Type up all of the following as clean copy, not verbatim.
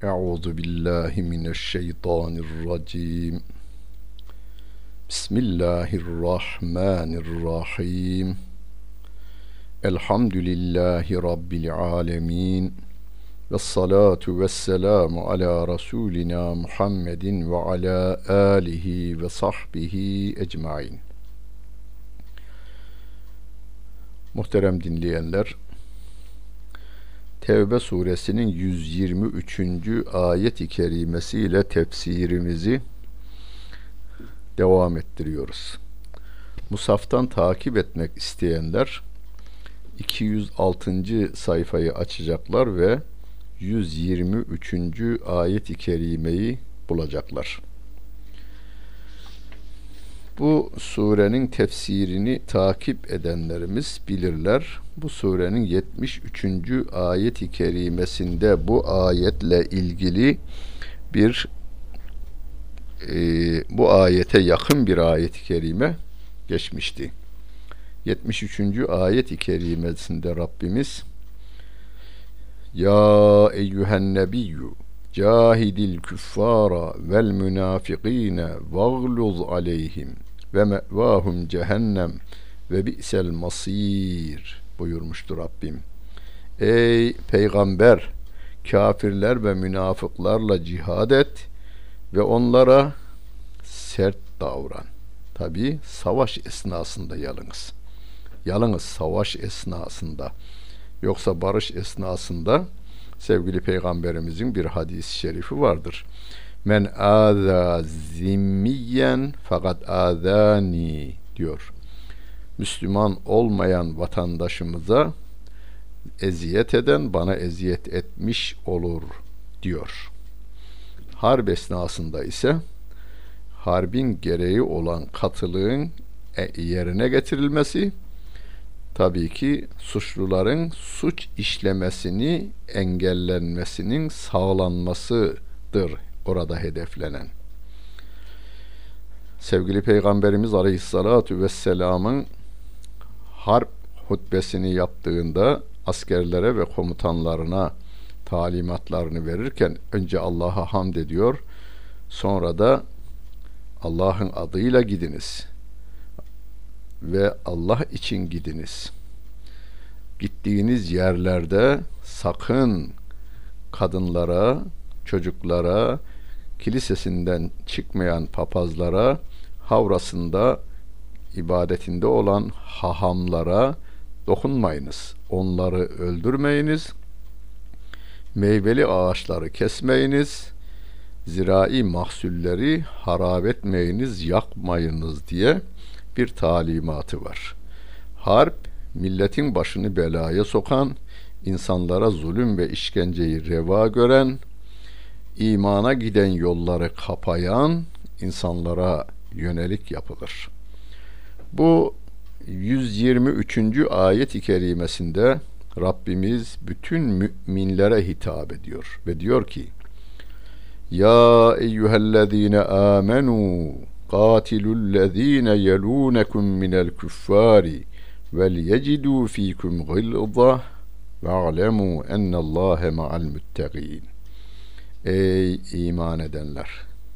Euzu billahi mineşşeytanirracim. Bismillahirrahmanirrahim. Elhamdülillahi rabbil alamin. Vessalatu vesselamu ala rasulina Muhammedin ve ala alihi ve sahbihi ecmaîn. Muhterem dinleyenler, Tevbe suresinin 123. ayet-i kerimesiyle tefsirimizi devam ettiriyoruz. Musaftan takip etmek isteyenler 206. sayfayı açacaklar ve 123. ayet-i kerimeyi bulacaklar. Bu surenin tefsirini takip edenlerimiz bilirler. Bu surenin 73. ayet-i kerimesinde bu ayetle ilgili bu ayete yakın bir ayet-i kerime geçmişti. 73. ayet-i kerimesinde Rabbimiz Ya eyyühen nebiyyü cahidil küffara vel münafikine vaghluz aleyhim ve me'vahum cehennem ve bi'sel masir buyurmuştur Rabbim. Ey peygamber, kafirler ve münafıklarla cihad et ve onlara sert davran. Tabi savaş esnasında yalnız. Yalnız savaş esnasında. Yoksa barış esnasında sevgili peygamberimizin bir hadis-i şerifi vardır. Men âzâ zimmiyen fakat âzâni diyor. Müslüman olmayan vatandaşımıza eziyet eden bana eziyet etmiş olur diyor. Harp esnasında ise harbin gereği olan katılığın yerine getirilmesi, tabii ki suçluların suç işlemesini engellenmesinin sağlanmasıdır orada hedeflenen. Sevgili Peygamberimiz Aleyhisselatü Vesselam'ın harp hutbesini yaptığında askerlere ve komutanlarına talimatlarını verirken önce Allah'a hamd ediyor, sonra da Allah'ın adıyla gidiniz ve Allah için gidiniz. Gittiğiniz yerlerde sakın kadınlara, çocuklara, kilisesinden çıkmayan papazlara, havrasında ibadetinde olan hahamlara dokunmayınız. Onları öldürmeyiniz. Meyveli ağaçları kesmeyiniz. Zirai mahsulleri harap etmeyiniz, yakmayınız diye bir talimatı var. Harp, milletin başını belaya sokan, insanlara zulüm ve işkenceyi reva gören, imana giden yolları kapayan insanlara yönelik yapılır. Bu 123. ayet-i kerimesinde Rabbimiz bütün müminlere hitap ediyor ve diyor ki Ya eyyühellezine amenu qatilullezine yelunekum minel küffari vel yecidû fîkum gılzah ve'alemû ennallâhe ma'al müttegîn. Ey iman edenler!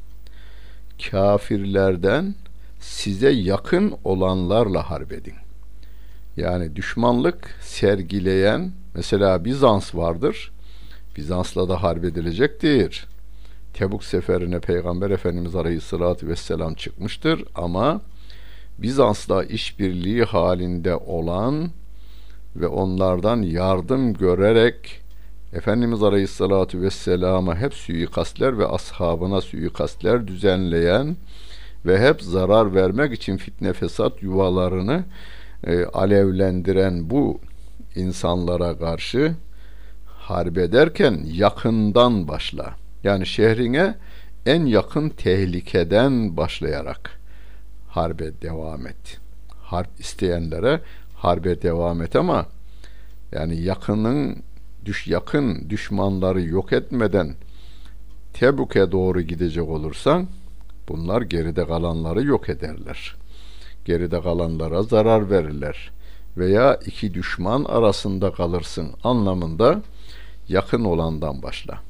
Kafirlerden size yakın olanlarla harp edin. Yani düşmanlık sergileyen, mesela Bizans vardır. Bizans'la da harp edilecektir. Tebuk seferine Peygamber Efendimiz Aleyhisselatü Vesselam çıkmıştır ama Bizans'la işbirliği halinde olan ve onlardan yardım görerek Efendimiz Aleyhisselatü Vesselam'a hep suikastler ve ashabına suikastler düzenleyen ve hep zarar vermek için fitne fesat yuvalarını alevlendiren bu insanlara karşı harp ederken yakından başla. Yani şehrine en yakın tehlikeden başlayarak harbe devam et. Harp isteyenlere harbe devam et ama yani yakın düşmanları yok etmeden Tebük'e doğru gidecek olursan bunlar geride kalanları yok ederler. Geride kalanlara zarar verirler. Veya iki düşman arasında kalırsın anlamında yakın olandan başla.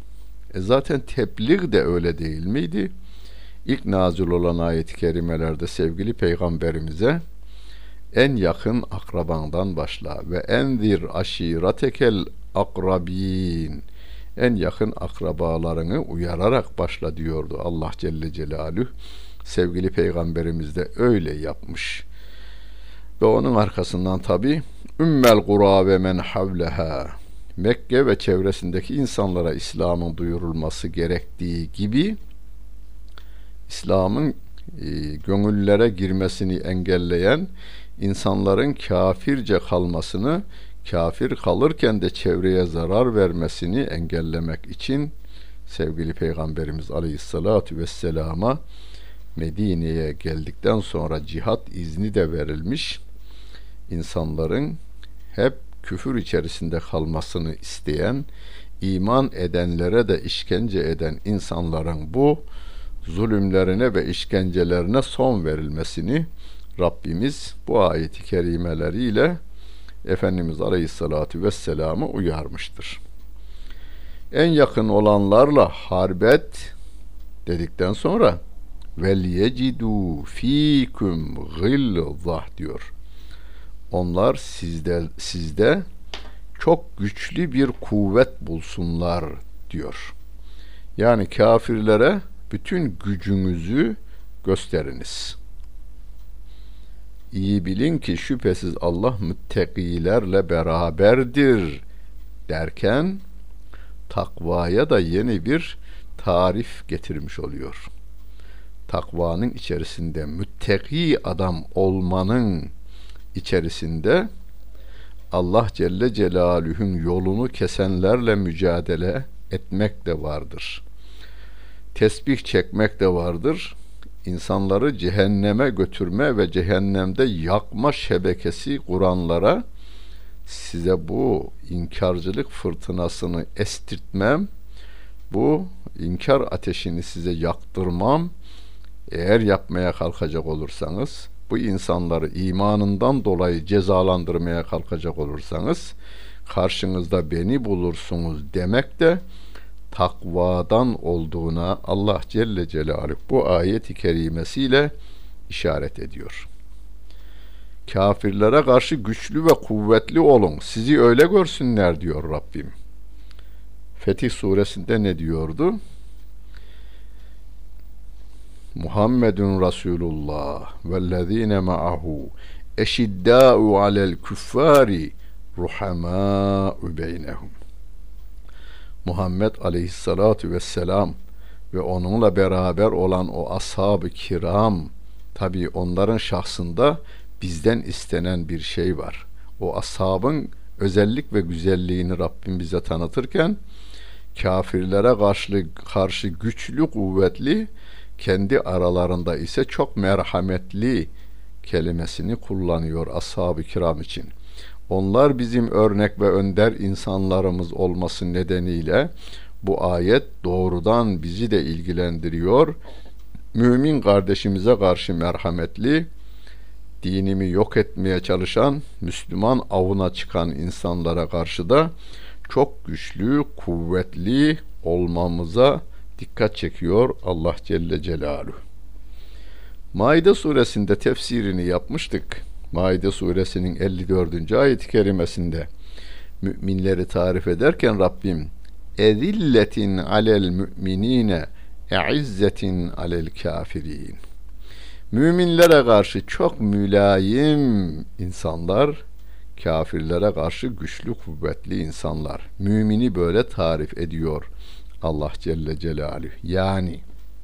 Zaten tebliğ de öyle değil miydi? İlk nazil olan ayet-i kerimelerde sevgili peygamberimize en yakın akrabandan başla ve enzir aşiretekel akrabin, en yakın akrabalarını uyararak başla diyordu Allah Celle Celaluhu. Sevgili peygamberimiz de öyle yapmış. Ve onun arkasından tabi Ümmel Kura ve men havleha, Mekke ve çevresindeki insanlara İslam'ın duyurulması gerektiği gibi İslam'ın gönüllere girmesini engelleyen insanların kafirce kalmasını, kafir kalırken de çevreye zarar vermesini engellemek için sevgili Peygamberimiz Aleyhisselatü Vesselam'a Medine'ye geldikten sonra cihat izni de verilmiş. İnsanların hep küfür içerisinde kalmasını isteyen, iman edenlere de işkence eden insanların bu zulümlerine ve işkencelerine son verilmesini Rabbimiz bu ayet-i kerimeleriyle Efendimiz Aleyhisselatü Vesselam'ı uyarmıştır. En yakın olanlarla harbet dedikten sonra vel yecidu fikum gılzah diyor. Onlar sizde çok güçlü bir kuvvet bulsunlar diyor. Yani kafirlere bütün gücünüzü gösteriniz. İyi bilin ki şüphesiz Allah müttakilerle beraberdir derken takvaya da yeni bir tarif getirmiş oluyor. Takvanın içerisinde, müttaki adam olmanın içerisinde Allah Celle Celaluhu'nun yolunu kesenlerle mücadele etmek de vardır. Tesbih çekmek de vardır. İnsanları cehenneme götürme ve cehennemde yakma şebekesi kuranlara size bu inkarcılık fırtınasını estirtmem, bu inkar ateşini size yaktırmam. Eğer yapmaya kalkacak olursanız, bu insanları imanından dolayı cezalandırmaya kalkacak olursanız, karşınızda beni bulursunuz demek de takvadan olduğuna Allah Celle Celaluhu bu ayet-i kerimesiyle işaret ediyor. Kafirlere karşı güçlü ve kuvvetli olun, sizi öyle görsünler diyor Rabbim. Fetih suresinde ne diyordu? Muhammedun Resulullah vellezine ma'ahu eşiddâ'u alel küffâri ruhamâ'u beynehum. Muhammed aleyhissalatu vesselam ve onunla beraber olan o ashab-ı kiram, tabi onların şahsında bizden istenen bir şey var. O ashabın özellik ve güzelliğini Rabbim bize tanıtırken kafirlere karşı güçlü, kuvvetli, kendi aralarında ise çok merhametli kelimesini kullanıyor ashab-ı kiram için. Onlar bizim örnek ve önder insanlarımız olması nedeniyle bu ayet doğrudan bizi de ilgilendiriyor. Mümin kardeşimize karşı merhametli, dinimi yok etmeye çalışan, Müslüman avına çıkan insanlara karşı da çok güçlü, kuvvetli olmamıza dikkat çekiyor Allah Celle Celaluhu. Maide suresinde tefsirini yapmıştık. Maide suresinin 54. ayet-i kerimesinde müminleri tarif ederken Rabbim ezilletin alel müminine e'izzetin alel kafirin. Müminlere karşı çok mülayim insanlar, kafirlere karşı güçlü kuvvetli insanlar. Mümini böyle tarif ediyor Allah Celle Celaluhu. Yani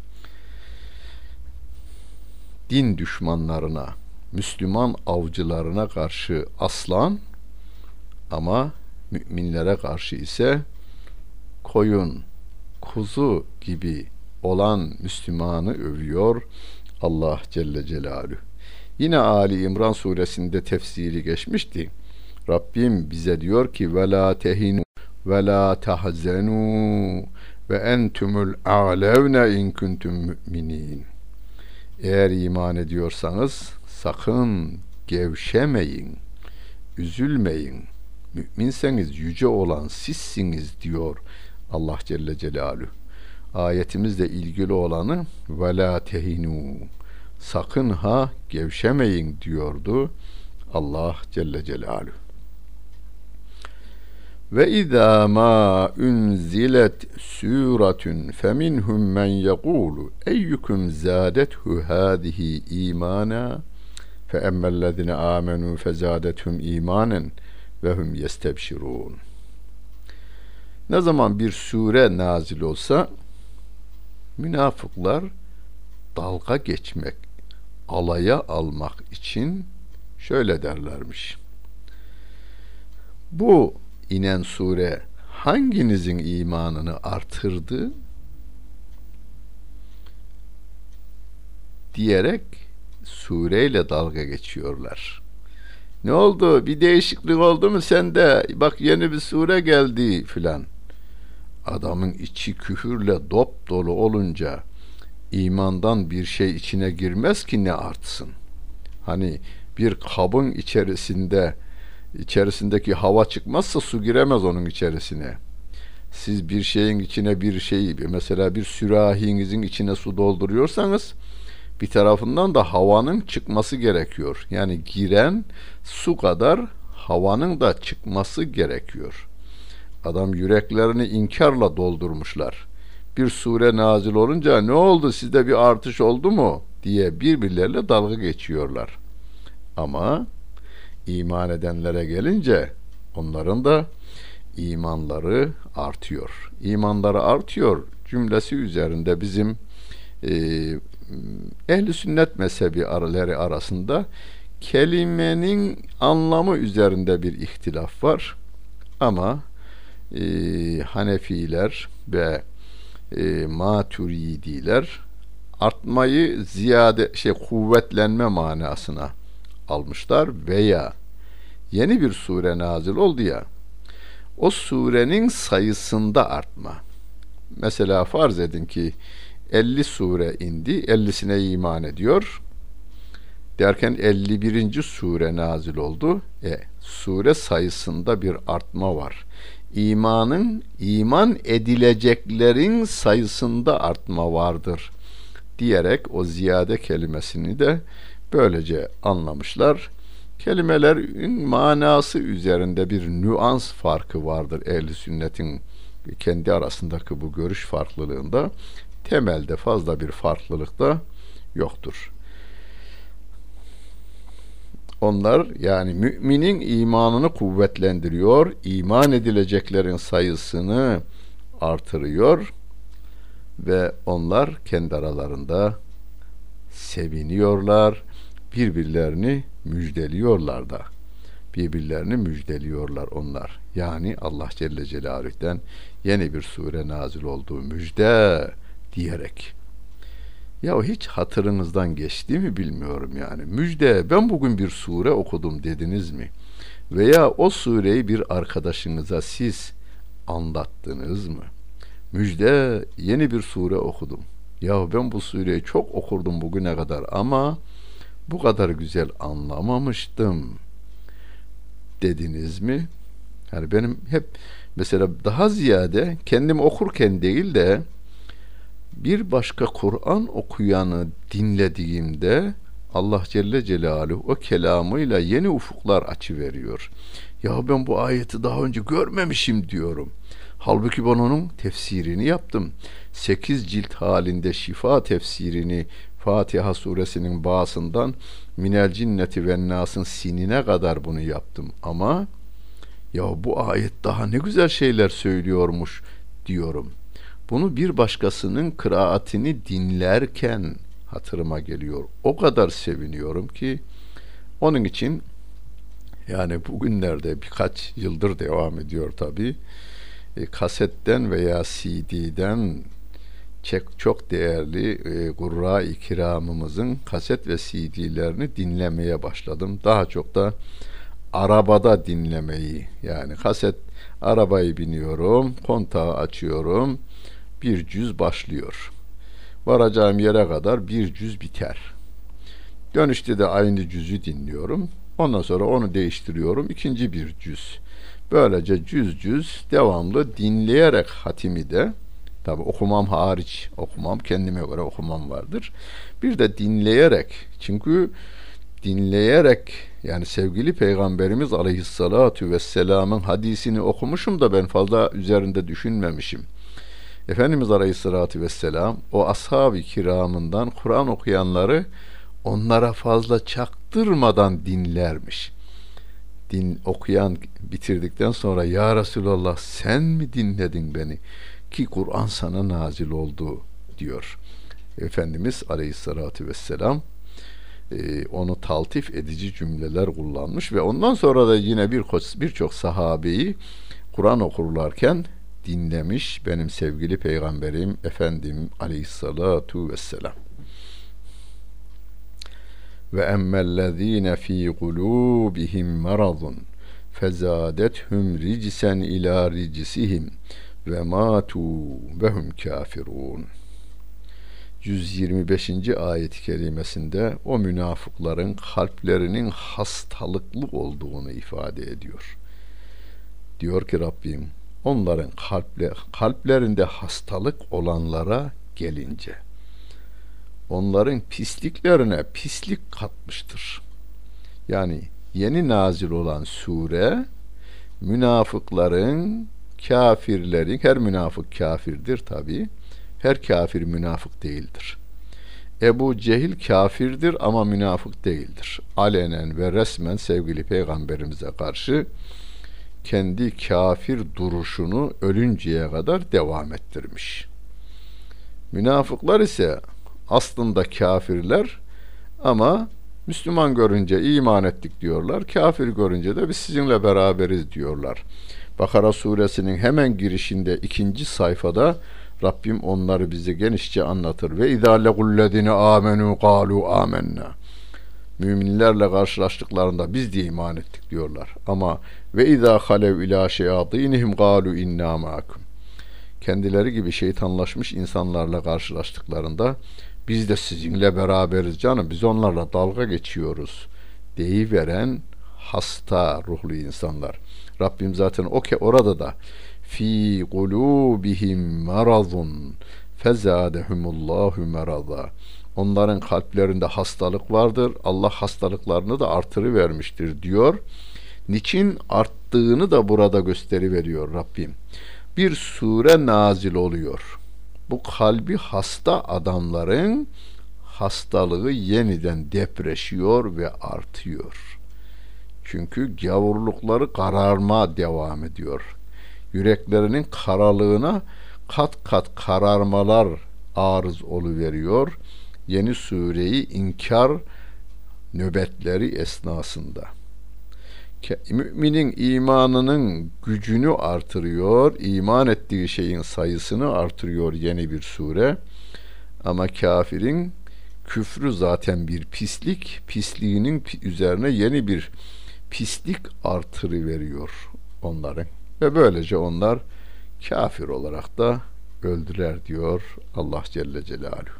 din düşmanlarına, Müslüman avcılarına karşı aslan, ama müminlere karşı ise koyun, kuzu gibi olan Müslümanı övüyor Allah Celle Celaluhu. Yine Ali İmran suresinde tefsiri geçmişti. Rabbim bize diyor ki ve la tehinu ve la tahzenu ve entumul a'levne in kuntum mu'minin. Eğer iman ediyorsanız sakın gevşemeyin, üzülmeyin. Müminseniz yüce olan sizsiniz diyor Allah Celle Celaluhu. Ayetimizle ilgili olanı ve la tehinu, sakın ha gevşemeyin diyordu Allah Celle Celaluhu. Ve izâ mâ unzilet sûretun feminhum men yekûlu eyyukum zâdethu hâzihi îmâna fe emmellezine âmenû fezâdethum îmânen ve hum yestebşirûn. Ne zaman bir sure nazil olsa münafıklar dalga geçmek, alaya almak için şöyle derlermiş: bu inen sure hanginizin imanını artırdı diyerek sureyle dalga geçiyorlar. Ne oldu? Bir değişiklik oldu mu sende? Bak yeni bir sure geldi filan. Adamın içi küfürle dop dolu olunca imandan bir şey içine girmez ki ne artsın. Hani bir kabın içerisindeki hava çıkmazsa su giremez onun içerisine. Siz bir şeyin içine bir şeyi, mesela bir sürahinizin içine su dolduruyorsanız bir tarafından da havanın çıkması gerekiyor. Yani giren su kadar havanın da çıkması gerekiyor. Adam yüreklerini inkarla doldurmuşlar. Bir sure nazil olunca ne oldu, sizde bir artış oldu mu diye birbirleriyle dalga geçiyorlar. Ama iman edenlere gelince onların da imanları artıyor. İmanları artıyor cümlesi üzerinde bizim ehl-i sünnet mezhebi arasında kelimenin anlamı üzerinde bir ihtilaf var. Ama Hanefiler ve Maturidiler artmayı kuvvetlenme manasına almışlar veya yeni bir sure nazil oldu ya, o surenin sayısında artma. Mesela farz edin ki 50 sure indi, 50'sine iman ediyor derken 51. sure nazil oldu. Sure sayısında bir artma var. İman edileceklerin sayısında artma vardır diyerek o ziyade kelimesini de böylece anlamışlar. Kelimelerin manası üzerinde bir nüans farkı vardır ehl-i sünnetin kendi arasındaki bu görüş farklılığında. Temelde fazla bir farklılık da yoktur. Onlar yani müminin imanını kuvvetlendiriyor, iman edileceklerin sayısını artırıyor ve onlar kendi aralarında seviniyorlar, birbirlerini müjdeliyorlar da. Birbirlerini müjdeliyorlar onlar. Yani Allah Celle Celaluhu'dan yeni bir sure nazil olduğu müjde diyerek. Ya hiç hatırınızdan geçti mi bilmiyorum yani. Müjde, ben bugün bir sure okudum dediniz mi? Veya o sureyi bir arkadaşınıza siz anlattınız mı? Müjde, yeni bir sure okudum. Ya ben bu sureyi çok okurdum bugüne kadar ama bu kadar güzel anlamamıştım dediniz mi? Yani benim hep mesela daha ziyade kendim okurken değil de bir başka Kur'an okuyanı dinlediğimde Allah Celle Celaluhu o kelamıyla yeni ufuklar açıveriyor. Ya ben bu ayeti daha önce görmemişim diyorum. Halbuki ben onun tefsirini yaptım. 8 cilt halinde şifa tefsirini Fatiha suresinin bağısından minel cinneti ve nasın sinine kadar bunu yaptım. Ama ya bu ayet daha ne güzel şeyler söylüyormuş diyorum. Bunu bir başkasının kıraatini dinlerken hatırıma geliyor. O kadar seviniyorum ki onun için yani bugünlerde birkaç yıldır devam ediyor tabii. Kasetten veya CD'den çok değerli Kurra-i Kiramımızın kaset ve CD'lerini dinlemeye başladım. Daha çok da arabada dinlemeyi, yani kaset, arabayı biniyorum, kontağı açıyorum, bir cüz başlıyor. Varacağım yere kadar bir cüz biter. Dönüşte de aynı cüzü dinliyorum. Ondan sonra onu değiştiriyorum. İkinci bir cüz. Böylece cüz cüz devamlı dinleyerek hatimi de, tabi okumam hariç, okumam kendime göre okumam vardır. Bir de dinleyerek, çünkü dinleyerek, yani sevgili Peygamberimiz Aleyhissalatu vesselam'ın hadisini okumuşum da ben fazla üzerinde düşünmemişim. Efendimiz Aleyhissalatu vesselam o ashab-ı kiramından Kur'an okuyanları onlara fazla çaktırmadan dinlermiş. Okuyan bitirdikten sonra ya Resulallah sen mi dinledin beni ki Kur'an sana nazil oldu diyor. Efendimiz Aleyhissalatu vesselam onu taltif edici cümleler kullanmış ve ondan sonra da yine birçok sahabeyi Kur'an okurlarken dinlemiş benim sevgili Peygamberim Efendim Aleyhissalatu vesselam. Ve emmellezine fi kulubihim maradun fezadethum ricsen ila ricisihim ve matu ve hum kafirun. 125. ayet-i kerimesinde o münafıkların kalplerinin hastalıklı olduğunu ifade ediyor. Diyor ki Rabbim, onların kalplerinde hastalık olanlara gelince onların pisliklerine pislik katmıştır. Yani yeni nazil olan sure münafıkların, kafirlerin, her münafık kafirdir tabi. Her kafir münafık değildir. Ebu Cehil kafirdir ama münafık değildir. Alenen ve resmen sevgili Peygamberimize karşı kendi kafir duruşunu ölünceye kadar devam ettirmiş. Münafıklar ise aslında kafirler ama Müslüman görünce iman ettik diyorlar. Kafir görünce de biz sizinle beraberiz diyorlar. Bakara suresinin hemen girişinde 2. sayfada Rabbim onları bize genişçe anlatır. Ve izâ legullezîne âmenû kâlû âmennâ. Müminlerle karşılaştıklarında biz de iman ettik diyorlar. Ama ve izâ halev ilâ şeyâtînihim kâlû innâ ma'akum. Kendileri gibi şeytanlaşmış insanlarla karşılaştıklarında biz de sizinle beraberiz canım, biz onlarla dalga geçiyoruz deyiveren hasta ruhlu insanlar. Rabbim zaten orada da fi kulubihim marazun fezadehumullahu marada. Onların kalplerinde hastalık vardır. Allah hastalıklarını da artırıvermiştir diyor. Niçin arttığını da burada gösteriveriyor Rabbim. Bir sure nazil oluyor. Bu kalbi hasta adamların hastalığı yeniden depreşiyor ve artıyor. Çünkü gavurlukları kararma devam ediyor. Yüreklerinin karalığına kat kat kararmalar arız oluveriyor. Yeni sureyi inkar nöbetleri esnasında. Müminin imanının gücünü artırıyor, iman ettiği şeyin sayısını artırıyor yeni bir sure. Ama kafirin küfrü zaten bir pislik, pisliğinin üzerine yeni bir pislik artırıveriyor onların. Ve böylece onlar kafir olarak da öldüler diyor Allah Celle Celaluhu.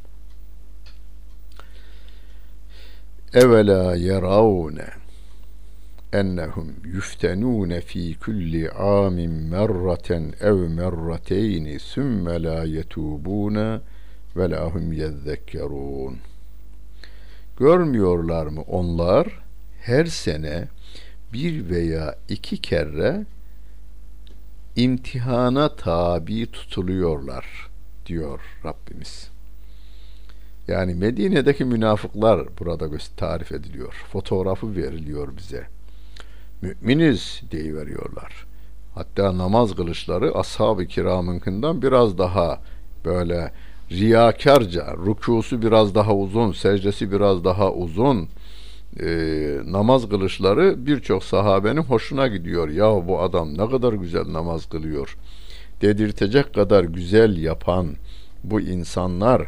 Evela yeravne ennehum yuftenûne fî kulli âmin merraten ev merrateyni sümme lâ yetûbûne ve lâ hum yezzekkerûn. Görmüyorlar mı onlar her sene bir veya iki kere imtihana tabi tutuluyorlar diyor Rabbimiz. Yani Medine'deki münafıklar burada tarif ediliyor. Fotoğrafı veriliyor bize. Müminiz deyiveriyorlar. Hatta namaz kılışları ashab-ı kiramınkinden biraz daha böyle riyakarca, rükûsu biraz daha uzun, secdesi biraz daha uzun, namaz kılışları birçok sahabenin hoşuna gidiyor. Ya bu adam ne kadar güzel namaz kılıyor dedirtecek kadar güzel yapan bu insanlar,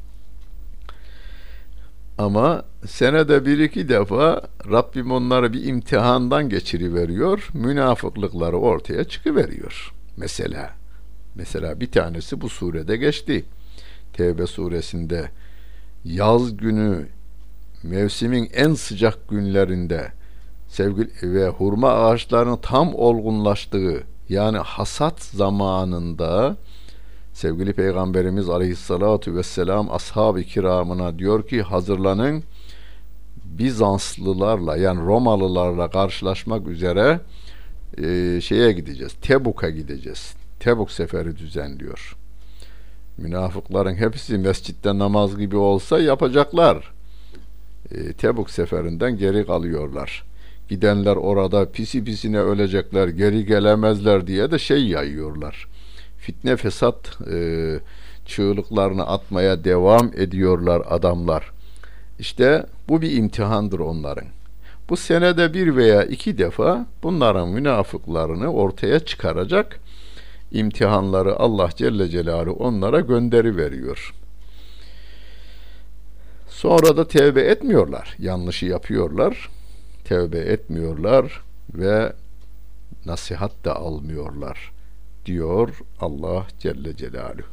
ama senede bir iki defa Rabbim onları bir imtihandan geçiriveriyor, münafıklıkları ortaya çıkıveriyor. Mesela bir tanesi bu surede geçti. Tevbe suresinde yaz günü, mevsimin en sıcak günlerinde sevgili ve hurma ağaçlarının tam olgunlaştığı, yani hasat zamanında sevgili Peygamberimiz Aleyhissalatu vesselam ashab-ı kiramına diyor ki hazırlanın, Bizanslılarla yani Romalılarla karşılaşmak üzere şeye gideceğiz. Tebuk'a gideceğiz. Tebuk seferi düzenliyor. Münafıkların hepsi mescitte namaz gibi olsa yapacaklar. Tebuk seferinden geri kalıyorlar. Gidenler orada pisi pisine ölecekler, geri gelemezler diye de şey yayıyorlar. Fitne fesat çığlıklarını atmaya devam ediyorlar adamlar. İşte bu bir imtihandır onların. Bu senede bir veya iki defa bunların münafıklarını ortaya çıkaracak imtihanları Allah Celle Celaluhu onlara gönderi veriyor. Sonra da tevbe etmiyorlar. Yanlışı yapıyorlar. Tevbe etmiyorlar ve nasihat da almıyorlar diyor Allah Celle Celaluhu.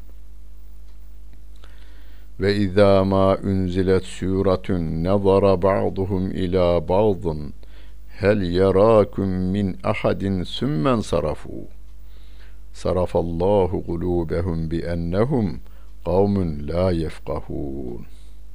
Ve izâ mâ unzilet sûretun nezara ba'duhum ilâ ba'din hel yerâkum min ahadin sümmen sarafû sarafallâhu kulûbehum bi ennehum kavmun lâ yefkahûn.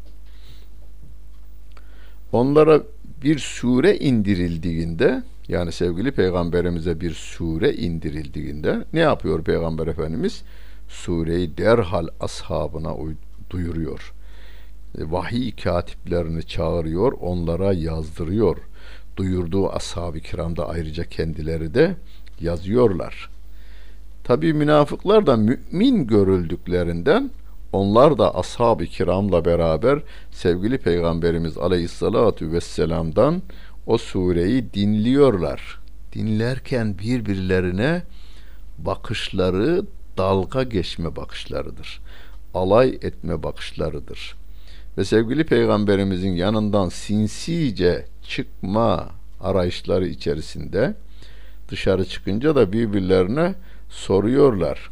Onlara bir sure indirildiğinde, yani sevgili peygamberimize bir sure indirildiğinde ne yapıyor Peygamber Efendimiz? Sureyi derhal ashabına duyuruyor. Vahiy katiplerini çağırıyor, onlara yazdırıyor. Duyurduğu ashab-ı kiramda ayrıca kendileri de yazıyorlar. Tabi münafıklar da mümin görüldüklerinden onlar da ashab-ı kiramla beraber sevgili Peygamberimiz Aleyhissalatu vesselam'dan o sureyi dinliyorlar. Dinlerken birbirlerine bakışları dalga geçme bakışlarıdır. Alay etme bakışlarıdır. Ve sevgili Peygamberimizin yanından sinsice çıkma arayışları içerisinde dışarı çıkınca da birbirlerine soruyorlar.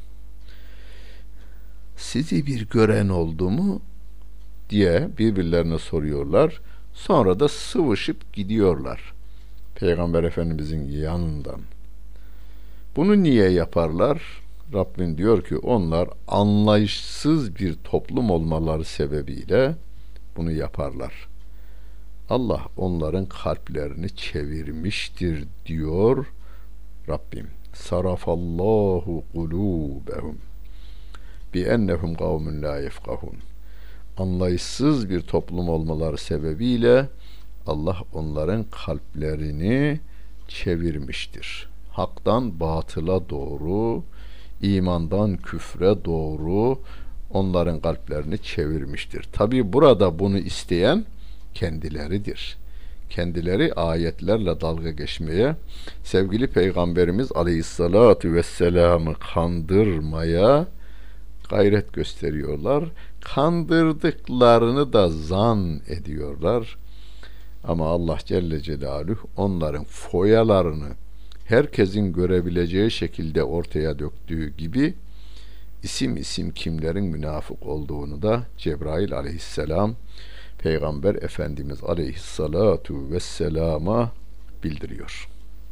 Sizi bir gören oldu mu diye birbirlerine soruyorlar. Sonra da sıvışıp gidiyorlar Peygamber Efendimizin yanından. Bunu niye yaparlar? Rabbim diyor ki onlar anlayışsız bir toplum olmaları sebebiyle bunu yaparlar. Allah onların kalplerini çevirmiştir diyor Rabbim. Sarafallahu kulûbehum bi ennehum kavmun la yefkahun. Anlayışsız bir toplum olmaları sebebiyle Allah onların kalplerini çevirmiştir. Haktan batıla doğru, imandan küfre doğru onların kalplerini çevirmiştir. Tabi burada bunu isteyen kendileridir. Kendileri ayetlerle dalga geçmeye, sevgili Peygamberimiz Aleyhissalatu vesselam'ı kandırmaya gayret gösteriyorlar. Kandırdıklarını da zan ediyorlar. Ama Allah Celle Celaluhu onların foyalarını herkesin görebileceği şekilde ortaya döktüğü gibi isim isim kimlerin münafık olduğunu da Cebrail aleyhisselam Peygamber Efendimiz aleyhissalatu vesselama bildiriyor.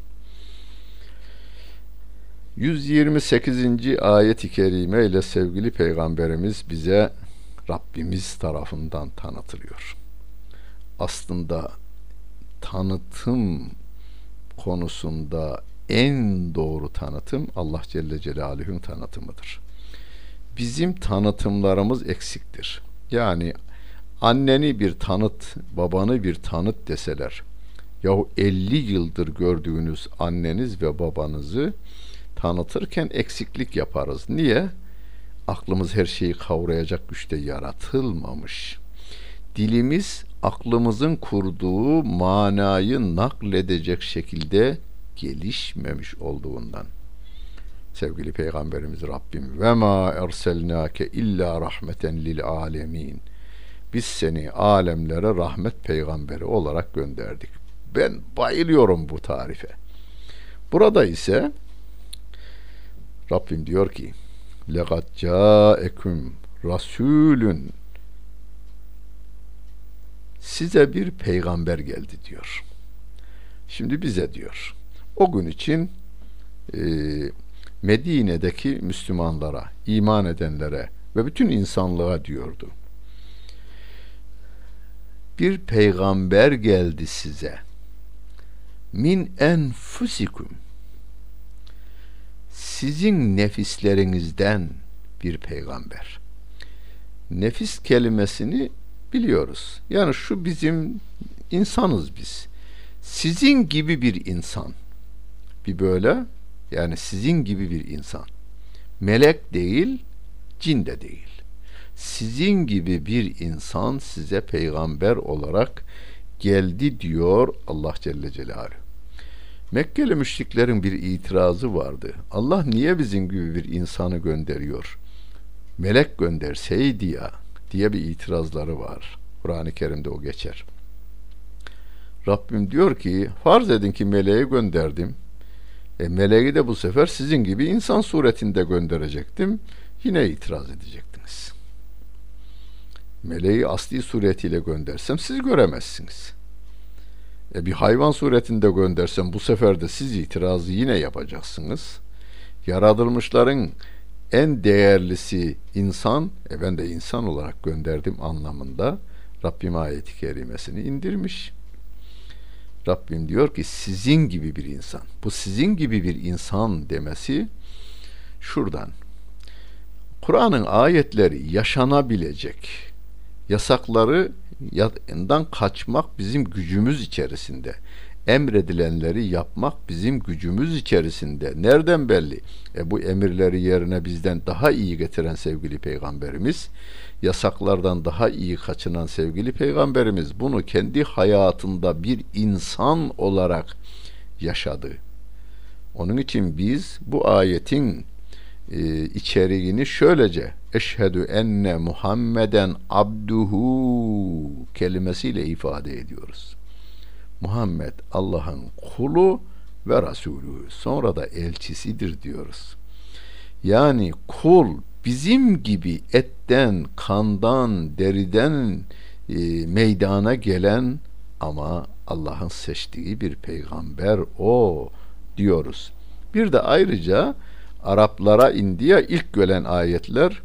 128. ayet-i kerime ile sevgili Peygamberimiz bize Rabbimiz tarafından tanıtılıyor. Aslında tanıtım konusunda en doğru tanıtım Allah Celle Celaluhu'nun tanıtımıdır. Bizim tanıtımlarımız eksiktir. Yani anneni bir tanıt, babanı bir tanıt deseler, yahu 50 yıldır gördüğünüz anneniz ve babanızı tanıtırken eksiklik yaparız. Niye? Aklımız her şeyi kavrayacak güçte yaratılmamış. Dilimiz aklımızın kurduğu manayı nakledecek şekilde gelişmemiş olduğundan. Sevgili Peygamberimiz Rabbim ve ma erselnake illa rahmeten lil alemin. Biz seni alemlere rahmet peygamberi olarak gönderdik. Ben bayılıyorum bu tarife. Burada ise Rabbim diyor ki لَقَدْ جَاءَكُمْ رَسُولٌ size bir peygamber geldi diyor. Şimdi bize diyor. O gün için e, Medine'deki Müslümanlara, iman edenlere ve bütün insanlığa diyordu. Bir peygamber geldi size. Min enfusikum. Sizin nefislerinizden bir peygamber. Nefis kelimesini biliyoruz. Yani şu bizim insanız biz. Sizin gibi bir insan. Bir böyle, yani sizin gibi bir insan. Melek değil, cin de değil. Sizin gibi bir insan size peygamber olarak geldi diyor Allah Celle Celaluhu. Mekkeli müşriklerin bir itirazı vardı. Allah niye bizim gibi bir insanı gönderiyor? Melek gönderseydi ya diye bir itirazları var. Kur'an-ı Kerim'de o geçer. Rabbim diyor ki farz edin ki meleği gönderdim. Meleği de bu sefer sizin gibi insan suretinde gönderecektim. Yine itiraz edecektiniz. Meleği asli suretiyle göndersem siz göremezsiniz. Bir hayvan suretinde göndersem bu sefer de siz itirazı yine yapacaksınız. Yaratılmışların en değerlisi insan, ben de insan olarak gönderdim anlamında Rabbim ayet-i kerimesini indirmiş. Rabbim diyor ki sizin gibi bir insan. Bu sizin gibi bir insan demesi şuradan. Kur'an'ın ayetleri yaşanabilecek, yasaklarından kaçmak bizim gücümüz içerisinde. Emredilenleri yapmak bizim gücümüz içerisinde. Nereden belli? Bu emirleri yerine bizden daha iyi getiren sevgili peygamberimiz, yasaklardan daha iyi kaçınan sevgili peygamberimiz bunu kendi hayatında bir insan olarak yaşadı. Onun için biz bu ayetin içeriğini şöylece eşhedü enne Muhammeden abduhu kelimesiyle ifade ediyoruz. Muhammed Allah'ın kulu ve Resulü, sonra da elçisidir diyoruz. Yani kul bizim gibi etten, kandan, deriden meydana gelen ama Allah'ın seçtiği bir peygamber o diyoruz. Bir de ayrıca Araplara indiye ilk gelen ayetler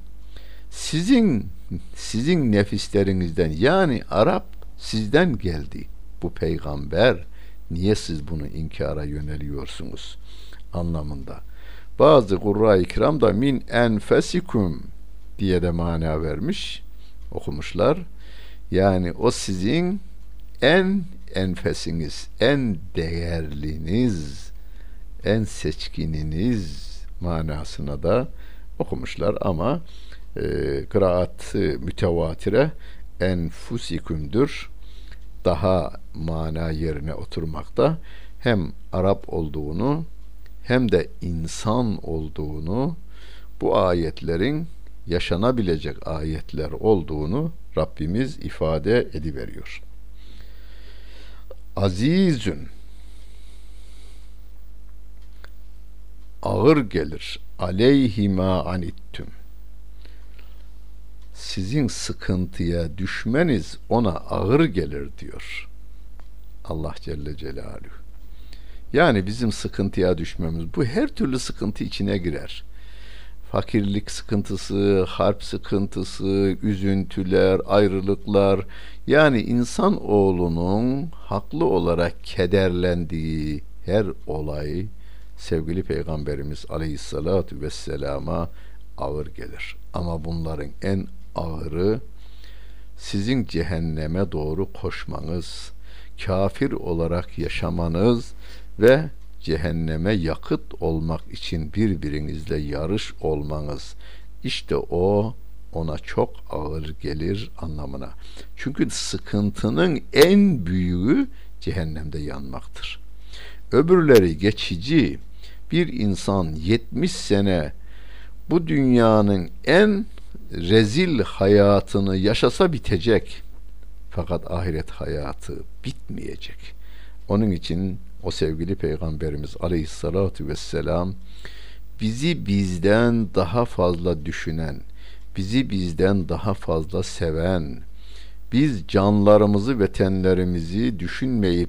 sizin nefislerinizden, yani Arap sizden geldi bu peygamber, niye siz bunu inkara yöneliyorsunuz anlamında. Bazı Kurra-i Kiram da min enfesikum diye de mana vermiş, okumuşlar. Yani o sizin en enfesiniz, en değerliniz, en seçkininiz manasına da okumuşlar ama kıraat-ı mütevatire enfusikum'dur. Daha mana yerine oturmakta, hem Arap olduğunu hem de insan olduğunu, bu ayetlerin yaşanabilecek ayetler olduğunu Rabbimiz ifade ediveriyor. Azizün, ağır gelir, aleyhi ma anittüm, sizin sıkıntıya düşmeniz ona ağır gelir diyor Allah Celle Celaluhu. Yani bizim sıkıntıya düşmemiz, bu her türlü sıkıntı içine girer. Fakirlik sıkıntısı, harp sıkıntısı, üzüntüler, ayrılıklar, yani insan oğlunun haklı olarak kederlendiği her olay sevgili Peygamberimiz Aleyhisselatü Vesselam'a ağır gelir. Ama bunların en ağırı sizin cehenneme doğru koşmanız, kafir olarak yaşamanız ve cehenneme yakıt olmak için birbirinizle yarış olmanız. İşte o ona çok ağır gelir anlamına. Çünkü sıkıntının en büyüğü cehennemde yanmaktır. Öbürleri geçici. Bir insan 70 sene bu dünyanın en rezil hayatını yaşasa bitecek. Fakat ahiret hayatı bitmeyecek. Onun için o sevgili Peygamberimiz Aleyhisselatü Vesselam bizi bizden daha fazla düşünen, bizi bizden daha fazla seven, biz canlarımızı ve tenlerimizi düşünmeyip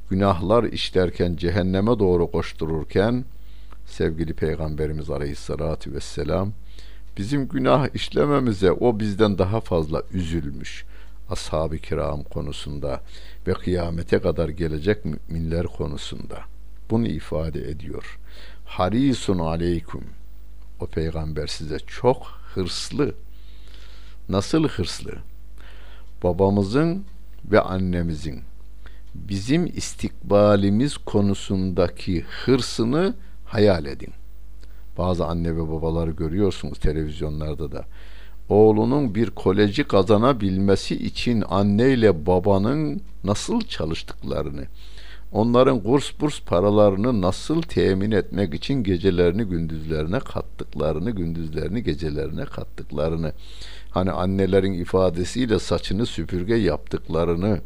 günahlar işlerken, cehenneme doğru koştururken sevgili Peygamberimiz Aleyhisselatü Vesselam bizim günah işlememize o bizden daha fazla üzülmüş. Ashab-ı kiram konusunda ve kıyamete kadar gelecek müminler konusunda bunu ifade ediyor. Harisun aleykum. O peygamber size çok hırslı. Nasıl hırslı? Babamızın ve annemizin bizim istikbalimiz konusundaki hırsını hayal edin. Bazı anne ve babaları görüyorsunuz televizyonlarda da. Oğlunun bir koleji kazanabilmesi için anneyle babanın nasıl çalıştıklarını, onların burs paralarını nasıl temin etmek için gecelerini gündüzlerine kattıklarını, gündüzlerini gecelerine kattıklarını, hani annelerin ifadesiyle saçını süpürge yaptıklarını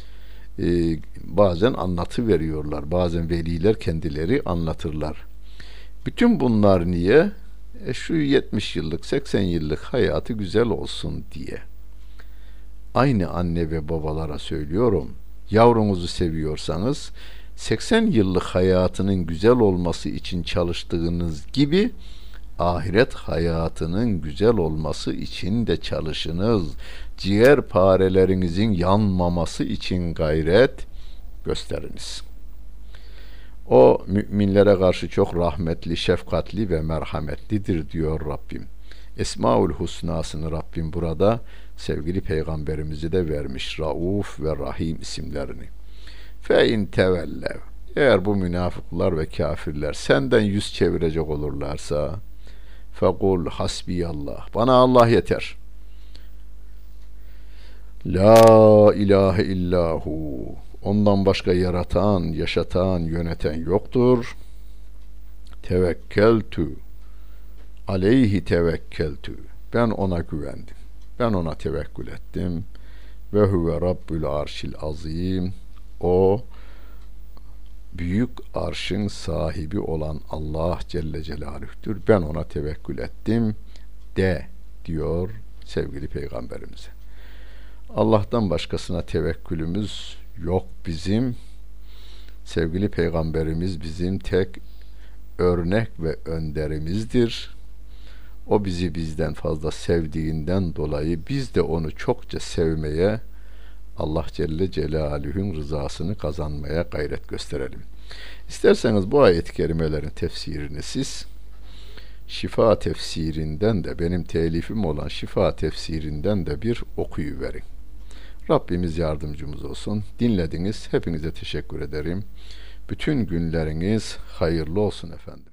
bazen anlatıveriyorlar. Bazen veliler kendileri anlatırlar. Bütün bunlar niye? Şu 70 yıllık, 80 yıllık hayatı güzel olsun diye. Aynı anne ve babalara söylüyorum. Yavrunuzu seviyorsanız 80 yıllık hayatının güzel olması için çalıştığınız gibi ahiret hayatının güzel olması için de çalışınız. Ciğer parelerinizin yanmaması için gayret gösteriniz. O müminlere karşı çok rahmetli, şefkatli ve merhametlidir diyor Rabbim. Esmaül Husna'sını Rabbim burada sevgili peygamberimizi de vermiş. Rauf ve Rahim isimlerini. Fe in tevellev. Eğer bu münafıklar ve kafirler senden yüz çevirecek olurlarsa fekul hasbiyallah. Bana Allah yeter. La ilahe illahu. Ondan başka yaratan, yaşatan, yöneten yoktur. Tevekkeltü. Aleyhi tevekkeltü. Ben ona güvendim. Ben ona tevekkül ettim. Ve huve rabbül arşil azim. O büyük arşın sahibi olan Allah Celle Celaluh'tür. Ben ona tevekkül ettim de diyor sevgili peygamberimize. Allah'tan başkasına tevekkülümüz yok bizim. Sevgili peygamberimiz bizim tek örnek ve önderimizdir. O bizi bizden fazla sevdiğinden dolayı biz de onu çokça sevmeye, Allah Celle Celaluhu'nun rızasını kazanmaya gayret gösterelim. İsterseniz bu ayet-i kerimelerin tefsirini siz Şifa tefsirinden de, benim telifim olan Şifa tefsirinden de bir okuyuverin. Rabbimiz yardımcımız olsun. Dinlediniz. Hepinize teşekkür ederim. Bütün günleriniz hayırlı olsun efendim.